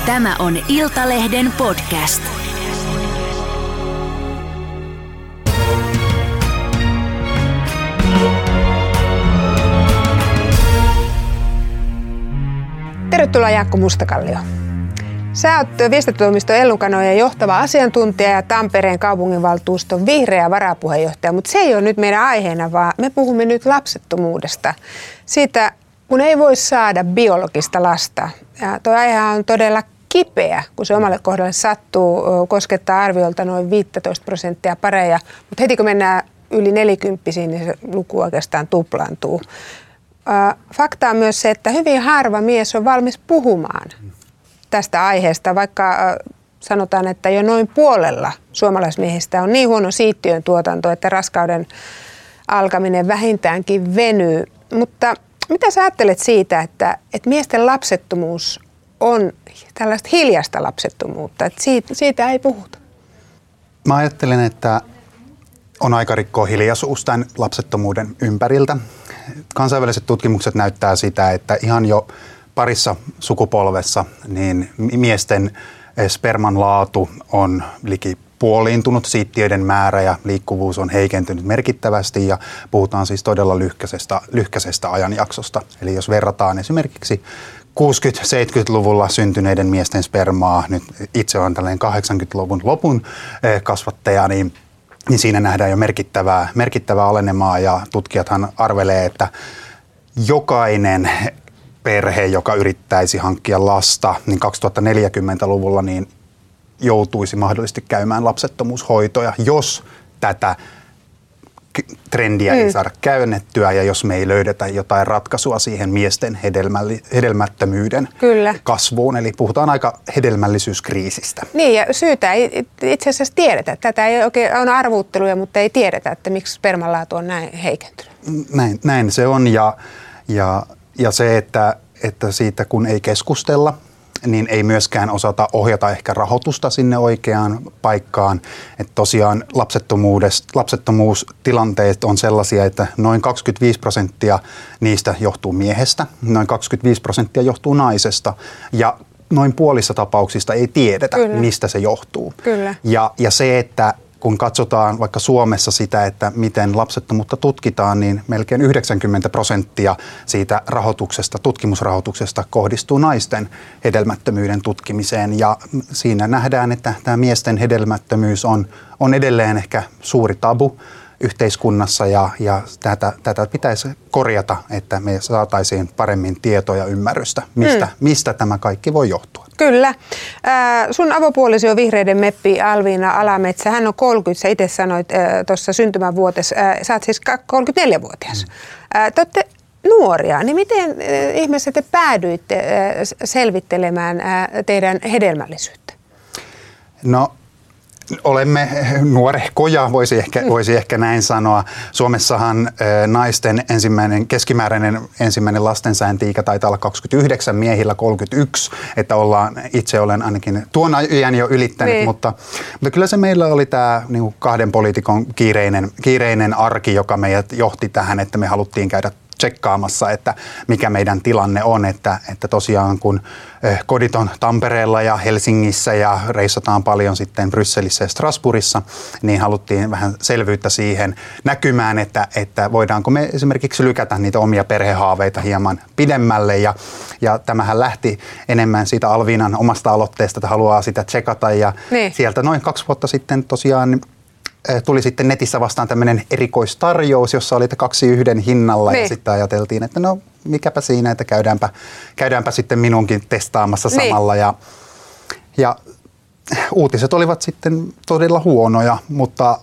Tämä on Iltalehden podcast. Tervetuloa Jaakko Mustakallio. Sä oot viestintätoimiston Ellun-Kanojen johtava asiantuntija ja Tampereen kaupunginvaltuuston vihreä varapuheenjohtaja, mutta se ei ole nyt meidän aiheena, vaan me puhumme nyt lapsettomuudesta. Siitä, kun ei voi saada biologista lasta. Ja tuo aihe on todella kipeä, kun se omalle kohdalle sattuu, koskettaa arviolta noin 15% pareja, mutta heti kun mennään yli 40, niin se luku oikeastaan tuplaantuu. Fakta on myös se, että hyvin harva mies on valmis puhumaan tästä aiheesta, vaikka sanotaan, että jo noin puolella suomalaismiehistä on niin huono siittiön tuotanto, että raskauden alkaminen vähintäänkin venyy. Mutta mitä sä ajattelet siitä, että miesten lapsettomuus on tällaista hiljaista lapsettomuutta, että siitä ei puhuta? Mä ajattelen, että on aika rikkoa hiljaisuus tämän lapsettomuuden ympäriltä. Kansainväliset tutkimukset näyttää sitä, että ihan jo parissa sukupolvessa niin miesten sperman laatu on liki puoliintunut, siittiöiden määrä ja liikkuvuus on heikentynyt merkittävästi ja puhutaan siis todella lyhkäisestä ajanjaksosta. Eli jos verrataan esimerkiksi 60-70-luvulla syntyneiden miesten spermaa, nyt itse olen tällainen 80-luvun lopun kasvattaja, niin siinä nähdään jo merkittävää alenemaa ja tutkijathan arvelee, että jokainen perhe, joka yrittäisi hankkia lasta, niin 2040-luvulla niin joutuisi mahdollisesti käymään lapsettomuushoitoja, jos tätä trendiä ei saada käännettyä ja jos me ei löydetä jotain ratkaisua siihen miesten hedelmättömyyden kasvuun. Eli puhutaan aika hedelmällisyyskriisistä. Niin ja syytä ei itse asiassa tiedetä. Tätä ei oikein on arvuutteluja, mutta ei tiedetä, että miksi spermanlaatu on näin heikentynyt. Näin se on ja se, että siitä kun ei keskustella, niin ei myöskään osata ohjata ehkä rahoitusta sinne oikeaan paikkaan. Että tosiaan lapsettomuustilanteet on sellaisia, että noin 25% niistä johtuu miehestä, noin 25% johtuu naisesta ja noin puolissa tapauksista ei tiedetä, mistä se johtuu. Ja se, että kun katsotaan vaikka Suomessa sitä, että miten lapsettomuutta tutkitaan, niin melkein 90% siitä tutkimusrahoituksesta kohdistuu naisten hedelmättömyyden tutkimiseen. Ja siinä nähdään, että tämä miesten hedelmättömyys on edelleen ehkä suuri tabu yhteiskunnassa ja tätä pitäisi korjata, että me saataisiin paremmin tietoa ja ymmärrystä, mistä tämä kaikki voi johtua. Kyllä. Sun avopuolisi on vihreiden meppi Alviina Alametsä. Hän on 30, sä itse sanoit tuossa syntymävuotessa. Sä oot siis 34-vuotias. Te olette nuoria, niin miten ihmeessä te päädyitte selvittelemään teidän hedelmällisyyttä? No, olemme nuorehkoja, voisi ehkä näin sanoa. Suomessahan naisten keskimääräinen ensimmäinen lastensäänti-ikä taitaa olla 29, miehillä 31, että itse olen ainakin tuon iän jo ylittänyt, mutta kyllä se meillä oli tämä niin kahden poliitikon kiireinen arki, joka meidät johti tähän, että me haluttiin käydä tsekkaamassa, että mikä meidän tilanne on, että tosiaan kun kodit on Tampereella ja Helsingissä ja reissataan paljon sitten Brysselissä ja Strasbourgissa, niin haluttiin vähän selvyyttä siihen näkymään, että voidaanko me esimerkiksi lykätä niitä omia perhehaaveita hieman pidemmälle ja tämähän lähti enemmän siitä Alviinan omasta aloitteesta, että haluaa sitä tsekata ja sieltä noin 2 vuotta sitten tosiaan tuli sitten netissä vastaan tämmöinen erikoistarjous, jossa oli 2 yhden hinnalla ja sitten ajateltiin, että no mikäpä siinä, että käydäänpä sitten minunkin testaamassa samalla ja uutiset olivat sitten todella huonoja, mutta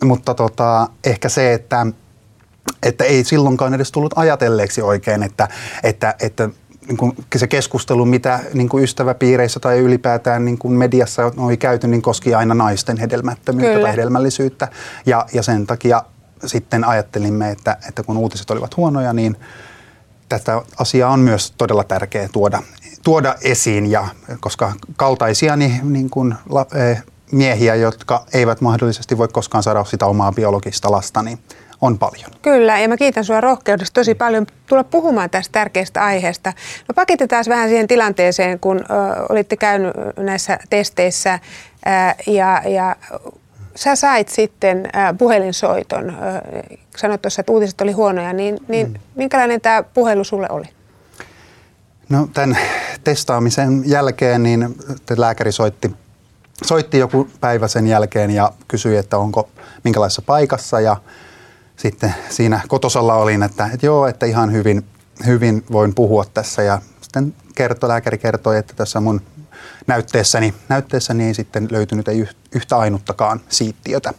ehkä se, että ei silloinkaan edes tullut ajatelleeksi oikein, että niin kuin se keskustelu, mitä niin kuin ystäväpiireissä tai ylipäätään niin kuin mediassa on käyty, niin koski aina naisten hedelmättömyyttä tai hedelmällisyyttä. Ja sen takia sitten ajattelimme, että kun uutiset olivat huonoja, niin tätä asiaa on myös todella tärkeää tuoda esiin. Ja koska kaltaisiani niin kuin miehiä, jotka eivät mahdollisesti voi koskaan saada sitä omaa biologista lasta, niin on paljon. Kyllä, ja mä kiitän sinua rohkeudesta tosi paljon tulla puhumaan tästä tärkeästä aiheesta. No pakitetaan vähän siihen tilanteeseen, kun olitte käynyt näissä testeissä ja sä sait sitten puhelinsoiton. Sanoit tuossa, että uutiset oli huonoja, niin minkälainen tämä puhelu sulle oli? No tämän testaamisen jälkeen niin lääkäri soitti joku päivä sen jälkeen ja kysyi, että onko minkälaisessa paikassa, ja sitten siinä kotosalla olin, että joo, että ihan hyvin voin puhua tässä, ja sitten lääkäri kertoi, että tässä mun näytteessäni ei sitten löytynyt yhtä ainuttakaan siittiötä.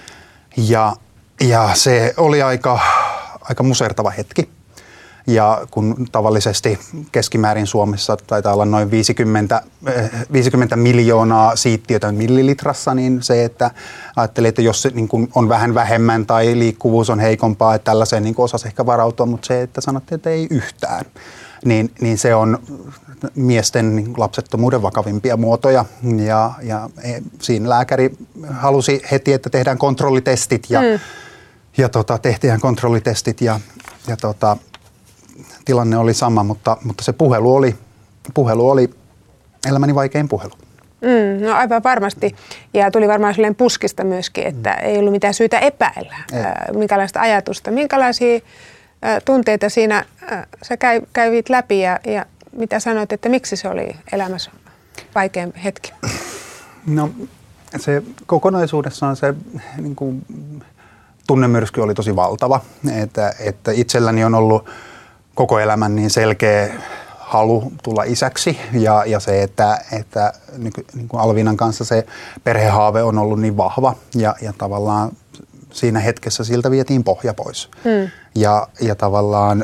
Ja se oli aika musertava hetki. Ja kun tavallisesti keskimäärin Suomessa taitaa olla noin 50 miljoonaa siittiötä millilitrassa, niin se, että ajattelin, että jos se niin kuin on vähän vähemmän tai liikkuvuus on heikompaa, että tällaiseen niin osasi ehkä varautua, mutta se, että sanottiin, että ei yhtään, niin se on miesten lapsettomuuden vakavimpia muotoja. Ja siinä lääkäri halusi heti, että tehdään kontrollitestit ja tehtiin kontrollitestit ja tilanne oli sama, mutta se puhelu oli elämäni vaikein puhelu. No aivan varmasti. Ja tuli varmaan silleen puskista myöskin, että ei ollut mitään syytä epäillä. Minkälaista ajatusta, minkälaisia tunteita siinä sä kävit läpi ja mitä sanoit, että miksi se oli elämässä vaikein hetki? No se kokonaisuudessaan se niin kuin tunnemyrsky oli tosi valtava, että itselläni on ollut koko elämän niin selkeä halu tulla isäksi ja se, että niin kuin Alviinan kanssa se perhehaave on ollut niin vahva ja tavallaan siinä hetkessä siltä vietiin pohja pois. Ja tavallaan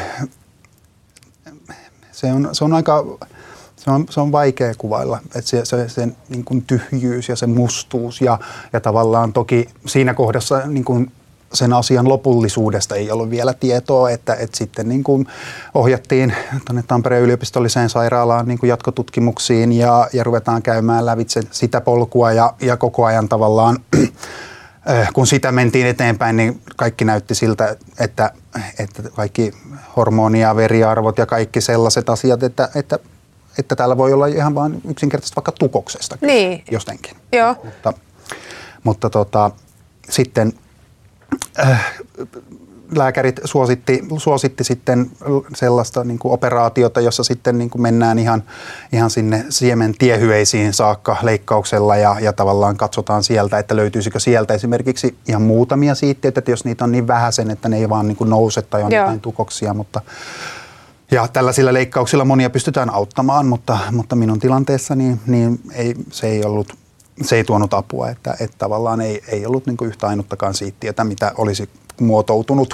se on vaikea kuvailla, että se niin kuin tyhjyys ja se mustuus ja tavallaan toki siinä kohdassa niin kuin sen asian lopullisuudesta ei ollut vielä tietoa, että sitten niin kuin ohjattiin tuonne Tampereen yliopistolliseen sairaalaan niin kuin jatkotutkimuksiin ja ruvetaan käymään lävitse sitä polkua ja koko ajan tavallaan kun sitä mentiin eteenpäin, niin kaikki näytti siltä, että kaikki hormonia, veriarvot ja kaikki sellaiset asiat, että täällä voi olla ihan vain yksinkertaisesti vaikka tukoksestakin jostenkin. Joo. Mutta sitten lääkärit suositti sitten sellaista niin kuin operaatiota, jossa sitten niin kuin mennään ihan sinne siemen tiehyveisiin saakka leikkauksella ja tavallaan katsotaan sieltä, että löytyisikö sieltä esimerkiksi ihan muutamia siittiöitä, että jos niitä on niin vähäisen, että ne ei vaan niin kuin nouse tai on jotain tukoksia, ja tällaisilla leikkauksilla monia pystytään auttamaan, mutta minun tilanteessani niin se ei tuonut apua, että tavallaan ei ollut niin kuin yhtä ainuttakaan siittiötä, mitä olisi muotoutunut.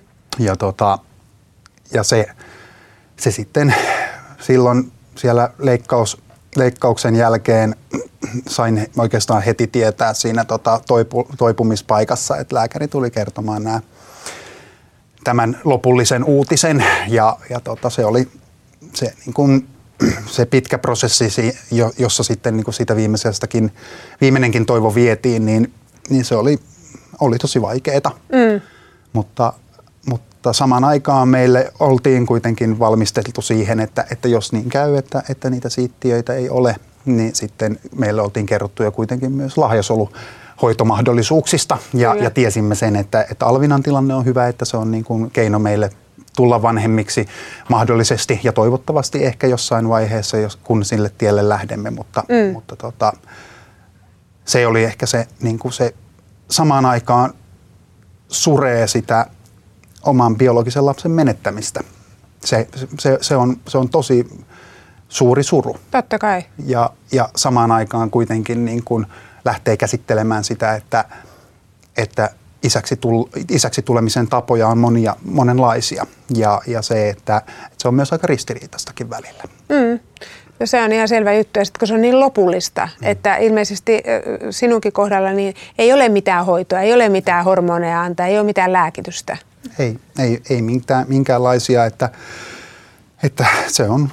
Ja se sitten silloin siellä leikkauksen jälkeen sain oikeastaan heti tietää siinä toipumispaikassa, että lääkäri tuli kertomaan tämän lopullisen uutisen ja se oli se niin kuin se pitkä prosessi, jossa sitten niin kuin siitä viimeinenkin toivo vietiin, niin se oli tosi vaikeeta. Mutta samaan aikaan meille oltiin kuitenkin valmisteltu siihen, että jos niin käy, että niitä siittiöitä ei ole, niin sitten meille oltiin kerrottu jo kuitenkin myös lahjasoluhoitomahdollisuuksista ja tiesimme sen, että Alviinan tilanne on hyvä, että se on niin kuin keino meille tulla vanhemmiksi mahdollisesti ja toivottavasti ehkä jossain vaiheessa, kun sille tielle lähdemme, mutta se oli ehkä se, niin kuin se samaan aikaan suree sitä oman biologisen lapsen menettämistä. Se on tosi suuri suru. Totta kai. Ja samaan aikaan kuitenkin niin kuin lähtee käsittelemään sitä, että isäksi tulemisen tapoja on monenlaisia ja se, että se on myös aika ristiriitaistakin välillä. Ja se on ihan selvä juttu, ja sitten kun se on niin lopullista, että ilmeisesti sinunkin kohdalla niin ei ole mitään hoitoa, ei ole mitään hormoneja antaa, ei ole mitään lääkitystä. Ei minkäänlaisia, että se on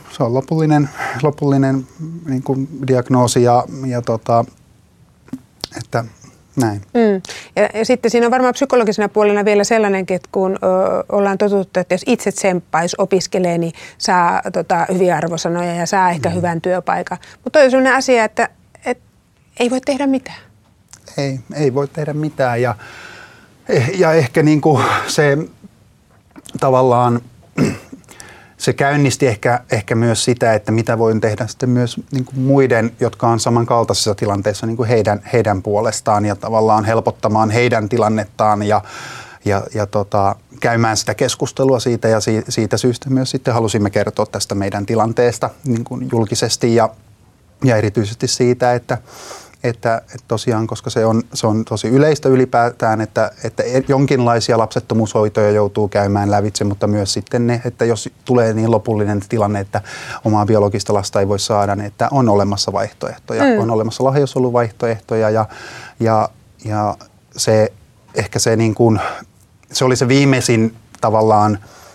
lopullinen niin kuin diagnoosi että Näin. Ja sitten siinä on varmaan psykologisena puolena vielä sellainenkin, että kun ollaan totuttu, että jos itse tsemppaisi, opiskelee, niin saa hyviä arvosanoja ja saa ehkä hyvän työpaikan. Mutta toi on sellainen asia, että ei voi tehdä mitään. Ei voi tehdä mitään ja ehkä niin kuin se tavallaan se käynnisti ehkä myös sitä, että mitä voin tehdä sitten myös niin kuin muiden, jotka on samankaltaisessa tilanteessa niin kuin heidän puolestaan ja tavallaan helpottamaan heidän tilannettaan ja käymään sitä keskustelua siitä ja siitä syystä myös sitten halusimme kertoa tästä meidän tilanteesta niin kuin julkisesti ja erityisesti siitä, että tosiaan, koska se on tosi yleistä ylipäätään, että jonkinlaisia lapsettomuushoitoja joutuu käymään lävitse, mutta myös sitten ne, että jos tulee niin lopullinen tilanne, että omaa biologista lasta ei voi saada, niin että on olemassa vaihtoehtoja, on olemassa lahjusoluvaihtoehtoja ja se ehkä se niin kuin, se oli se viimeisin tavallaan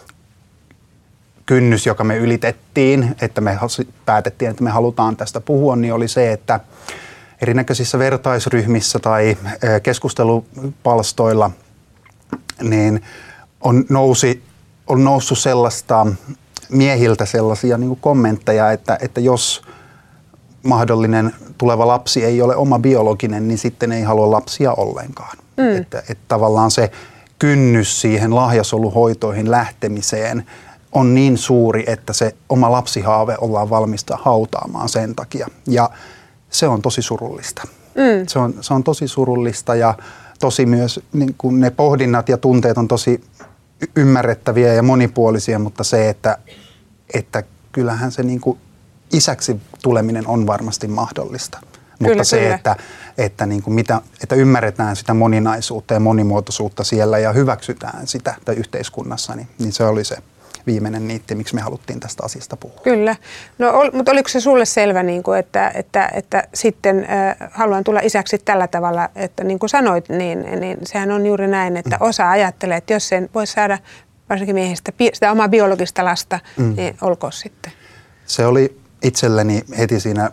kynnys, joka me ylitettiin, että me päätettiin, että me halutaan tästä puhua, niin oli se, että erinäköisissä vertaisryhmissä tai keskustelupalstoilla niin on noussut sellaista miehiltä sellaisia niin kuin kommentteja, että jos mahdollinen tuleva lapsi ei ole oma biologinen, niin sitten ei halua lapsia ollenkaan. Että tavallaan se kynnys siihen lahjasoluhoitoihin lähtemiseen on niin suuri, että se oma lapsihaave ollaan valmista hautaamaan sen takia. Ja se on tosi surullista. Se on tosi surullista ja tosi myös niin kuin ne pohdinnat ja tunteet on tosi ymmärrettäviä ja monipuolisia, mutta se, että kyllähän se niin kuin isäksi tuleminen on varmasti mahdollista. Mutta se, että, niin kuin että ymmärretään sitä moninaisuutta ja monimuotoisuutta siellä ja hyväksytään sitä yhteiskunnassa, niin se oli se viimeinen niitti, miksi me haluttiin tästä asiasta puhua. Kyllä. No, mutta oliko se sulle selvä, niin kuin, että sitten haluan tulla isäksi tällä tavalla, että niin kuin sanoit, niin sehän on juuri näin, että osa ajattelee, että jos sen voi saada varsinkin miehistä sitä omaa biologista lasta, niin olkoon sitten. Se oli itselleni heti siinä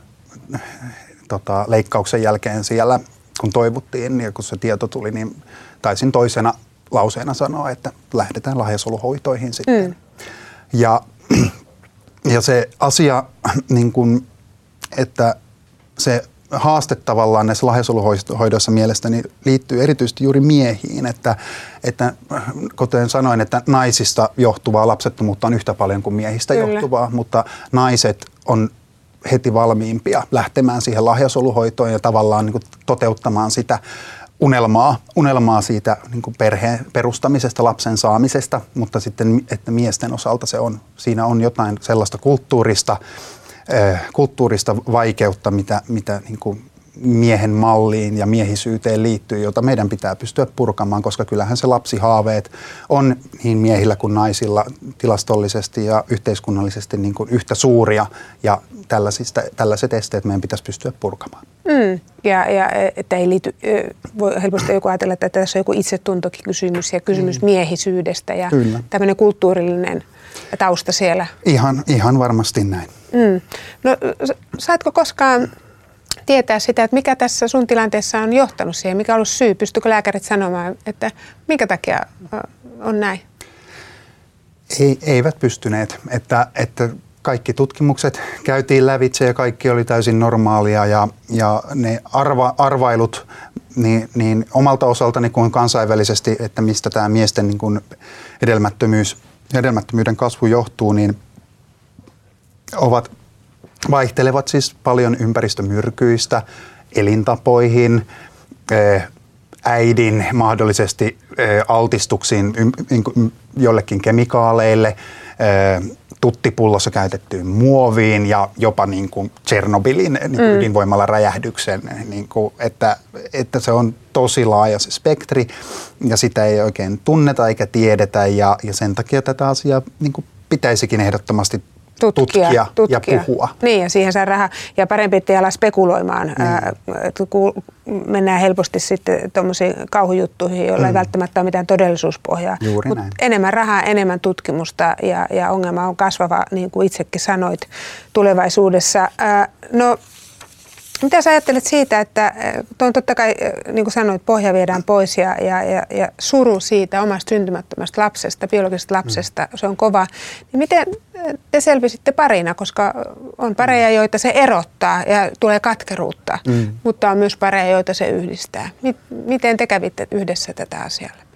leikkauksen jälkeen siellä, kun toivottiin ja kun se tieto tuli, niin taisin toisena lauseena sanoa, että lähdetään lahjasoluhoitoihin sitten. Ja se asia, niin kun, että se haaste tavallaan näissä lahjasoluhoidoissa mielestäni liittyy erityisesti juuri miehiin, että kuten sanoin, että naisista johtuvaa lapsettomuutta on yhtä paljon kuin miehistä johtuvaa, mutta naiset on heti valmiimpia lähtemään siihen lahjasoluhoitoon ja tavallaan niin kuin toteuttamaan sitä unelmaa siitä niin kuin perheen perustamisesta, lapsen saamisesta, mutta sitten, että miesten osalta siinä on jotain sellaista kulttuurista vaikeutta, mitä niin kuin miehen malliin ja miehisyyteen liittyy, jota meidän pitää pystyä purkamaan, koska kyllähän se lapsihaaveet on niin miehillä kuin naisilla tilastollisesti ja yhteiskunnallisesti niin kuin yhtä suuria ja tällaiset esteet meidän pitäisi pystyä purkamaan. Ja että ei liity, voi helposti joku ajatella, että tässä on joku itsetuntokin kysymys ja kysymys miehisyydestä ja tämmöinen kulttuurillinen tausta siellä. Ihan varmasti näin. No saatko koskaan tietää sitä, että mikä tässä sun tilanteessa on johtanut siihen, mikä on ollut syy? Pystyykö lääkärit sanomaan, että minkä takia on näin? Eivät pystyneet, että kaikki tutkimukset käytiin lävitse ja kaikki oli täysin normaalia ja ne arvailut niin omalta osaltani kuin kansainvälisesti, että mistä tämä miesten niin kuin hedelmättömyyden kasvu johtuu, niin vaihtelevat siis paljon ympäristömyrkyistä, elintapoihin, äidin mahdollisesti altistuksiin jollekin kemikaaleille, tuttipullossa käytettyyn muoviin ja jopa niin kuin Tšernobylin ydinvoimalla räjähdyksen, niin kuin, että se on tosi laaja se spektri ja sitä ei oikein tunneta eikä tiedetä ja sen takia tätä asiaa niin kuin pitäisikin ehdottomasti tutkia ja puhua. Niin, ja siihen saa rahaa. Ja parempi, ettei ala spekuloimaan. Mennään helposti sitten tuommoisiin kauhujuttuihin, joilla ei välttämättä ole mitään todellisuuspohjaa. Mutta enemmän rahaa, enemmän tutkimusta ja ongelma on kasvava, niin kuin itsekin sanoit, tulevaisuudessa. No, Mitä sä ajattelet siitä, että on totta kai, niin kuin sanoit, pohja viedään pois ja suru siitä omasta syntymättömästä lapsesta, biologisesta lapsesta, se on kova. Niin miten te selvisitte parina, koska on pareja, joita se erottaa ja tulee katkeruutta, mutta on myös pareja, joita se yhdistää. Miten te kävitte yhdessä tätä asiaa läpi?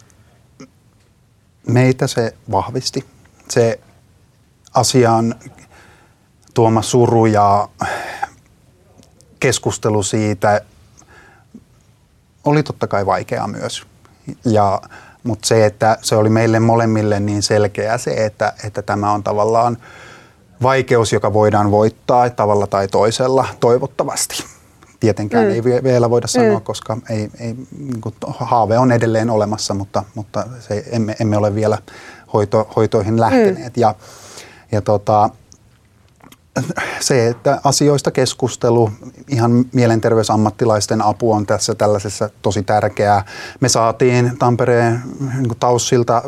Meitä se vahvisti. Se asian tuoma suru ja keskustelu siitä oli totta kai vaikeaa myös. Mutta se, että se oli meille molemmille niin selkeä se, että tämä on tavallaan vaikeus, joka voidaan voittaa tavalla tai toisella toivottavasti. Tietenkään ei vielä voida sanoa, koska niin kuin haave on edelleen olemassa, mutta emme ole vielä hoitoihin lähteneet. Se, että asioista keskustelu, ihan mielenterveysammattilaisten apu on tässä tällaisessa tosi tärkeää. Me saatiin Tampereen niin TAYSilta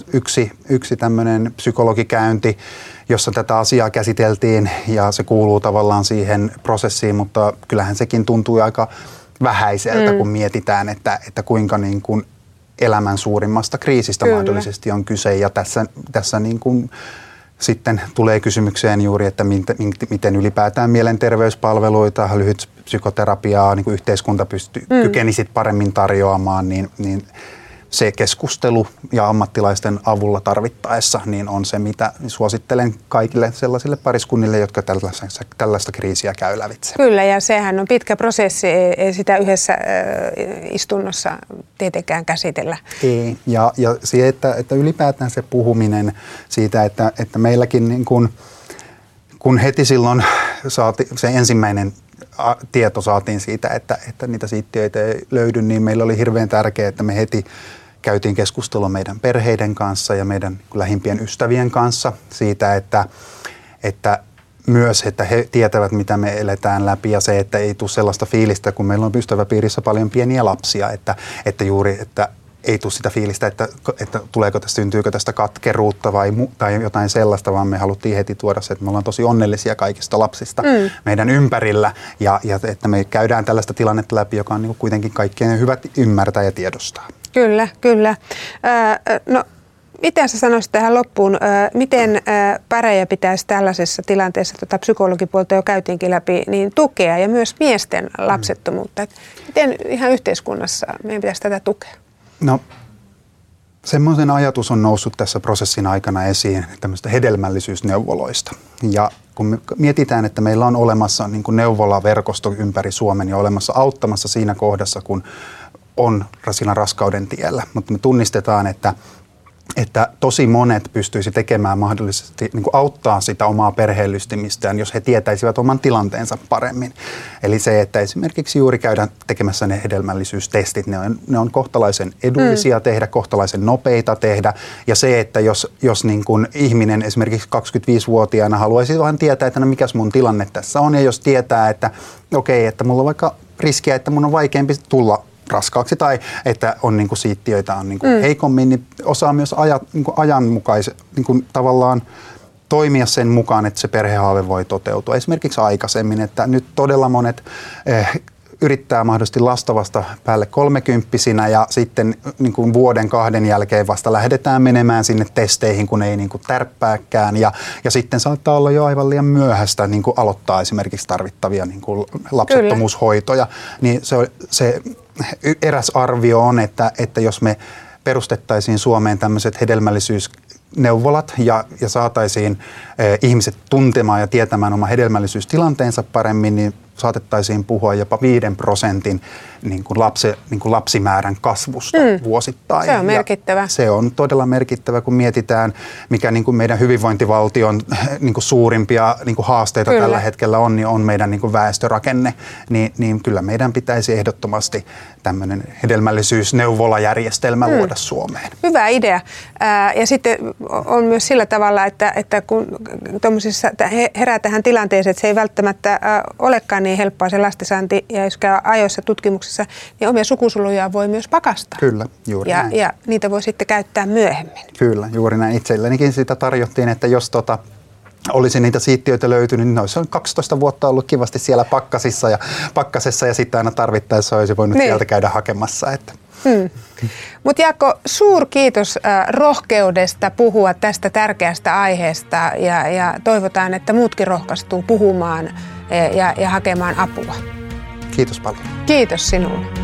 yksi tämmöinen psykologikäynti, jossa tätä asiaa käsiteltiin ja se kuuluu tavallaan siihen prosessiin, mutta kyllähän sekin tuntui aika vähäiseltä, kun mietitään, että kuinka niin kuin elämän suurimmasta kriisistä mahdollisesti on kyse ja tässä niin kuin sitten tulee kysymykseen juuri, että miten ylipäätään mielenterveyspalveluita, lyhyt psykoterapiaa niin kuin yhteiskunta kykenisi paremmin tarjoamaan, niin se keskustelu ja ammattilaisten avulla tarvittaessa niin on se, mitä suosittelen kaikille sellaisille pariskunnille, jotka tällaista kriisiä käy lävitse. Kyllä, ja sehän on pitkä prosessi, ei sitä yhdessä istunnossa tietenkään käsitellä. Ei, ja se, että ylipäätään se puhuminen siitä, että meilläkin niin kun heti silloin se ensimmäinen tieto saatiin siitä, että niitä siittiöitä ei löydy, niin meillä oli hirveän tärkeää, että me heti käytiin keskustelua meidän perheiden kanssa ja meidän lähimpien ystävien kanssa siitä, että myös, että he tietävät, mitä me eletään läpi ja se, että ei tule sellaista fiilistä, kun meillä on ystäväpiirissä paljon pieniä lapsia, että ei tule sitä fiilistä, että syntyykö tästä katkeruutta tai jotain sellaista, vaan me haluttiin heti tuoda se, että me ollaan tosi onnellisia kaikista lapsista meidän ympärillä ja että me käydään tällaista tilannetta läpi, joka on niin kuitenkin kaikkien hyvä ymmärtää ja tiedostaa. Kyllä, kyllä. No, mitä sä sanoisit tähän loppuun, miten pareja pitäisi tällaisessa tilanteessa, psykologipuolta jo käytiinkin läpi, niin tukea ja myös miesten lapsettomuutta? Miten ihan yhteiskunnassa meidän pitäisi tätä tukea? No, semmoisen ajatus on noussut tässä prosessin aikana esiin tämmöistä hedelmällisyysneuvoloista. Ja kun me mietitään, että meillä on olemassa niin kuin neuvolaverkosto ympäri Suomen ja olemassa auttamassa siinä kohdassa, kun on siinä raskauden tiellä. Mutta me tunnistetaan, että tosi monet pystyisi tekemään mahdollisesti niin kuin auttaa sitä omaa perheellistymistään, jos he tietäisivät oman tilanteensa paremmin. Eli se, että esimerkiksi juuri käydään tekemässä ne hedelmällisyystestit, ne on kohtalaisen edullisia tehdä, kohtalaisen nopeita tehdä. Ja se, että jos niin kuin ihminen esimerkiksi 25-vuotiaana haluaisi vaan tietää, että no mikäs mun tilanne tässä on, ja jos tietää, että okei, että mulla on vaikka riskiä, että mun on vaikeampi tulla raskaaksi tai että on niin kuin siittiöitä on niin kuin heikommin, niin osaa myös ajanmukaisesti niin tavallaan toimia sen mukaan, että se perhehaave voi toteutua. Esimerkiksi aikaisemmin, että nyt todella monet yrittää mahdollisesti lasta vasta päälle 30-vuotiaana ja sitten niin kuin vuoden 2 jälkeen vasta lähdetään menemään sinne testeihin, kun ei niin kuin tärppääkään. Ja sitten saattaa olla jo aivan liian myöhäistä niin kuin aloittaa esimerkiksi tarvittavia niin kuin lapsettomuushoitoja. Niin se eräs arvio on, että jos me perustettaisiin Suomeen tämmöiset hedelmällisyysneuvolat ja saataisiin ihmiset tuntemaan ja tietämään oma hedelmällisyystilanteensa paremmin, niin saatettaisiin puhua jopa 5% niin kuin lapsimäärän kasvusta vuosittain. Se on merkittävä. Ja se on todella merkittävä, kun mietitään, mikä niin kuin meidän hyvinvointivaltion niin kuin suurimpia niin kuin haasteita tällä hetkellä on, niin on meidän niin kuin väestörakenne. Niin kyllä meidän pitäisi ehdottomasti tämmöinen hedelmällisyysneuvolajärjestelmä luoda Suomeen. Hyvä idea. Ja sitten on myös sillä tavalla, että kun herää tähän tilanteeseen, että se ei välttämättä olekaan niin helppoa se lastensaanti, ja jos käy ajoissa tutkimuksessa, niin omia sukusoluja voi myös pakastaa. Kyllä, juuri näin. Ja niitä voi sitten käyttää myöhemmin. Kyllä, juuri näin. Itsellenikin sitä tarjottiin, että jos olisi niitä siittiöitä löytynyt, niin ne olisi 12 vuotta ollut kivasti siellä pakkasessa ja sitten aina tarvittaessa olisi voinut sieltä käydä hakemassa. Että. Mutta Jaakko, suurkiitos rohkeudesta puhua tästä tärkeästä aiheesta ja toivotaan, että muutkin rohkaistuu puhumaan ja hakemaan apua. Kiitos paljon. Kiitos sinulle.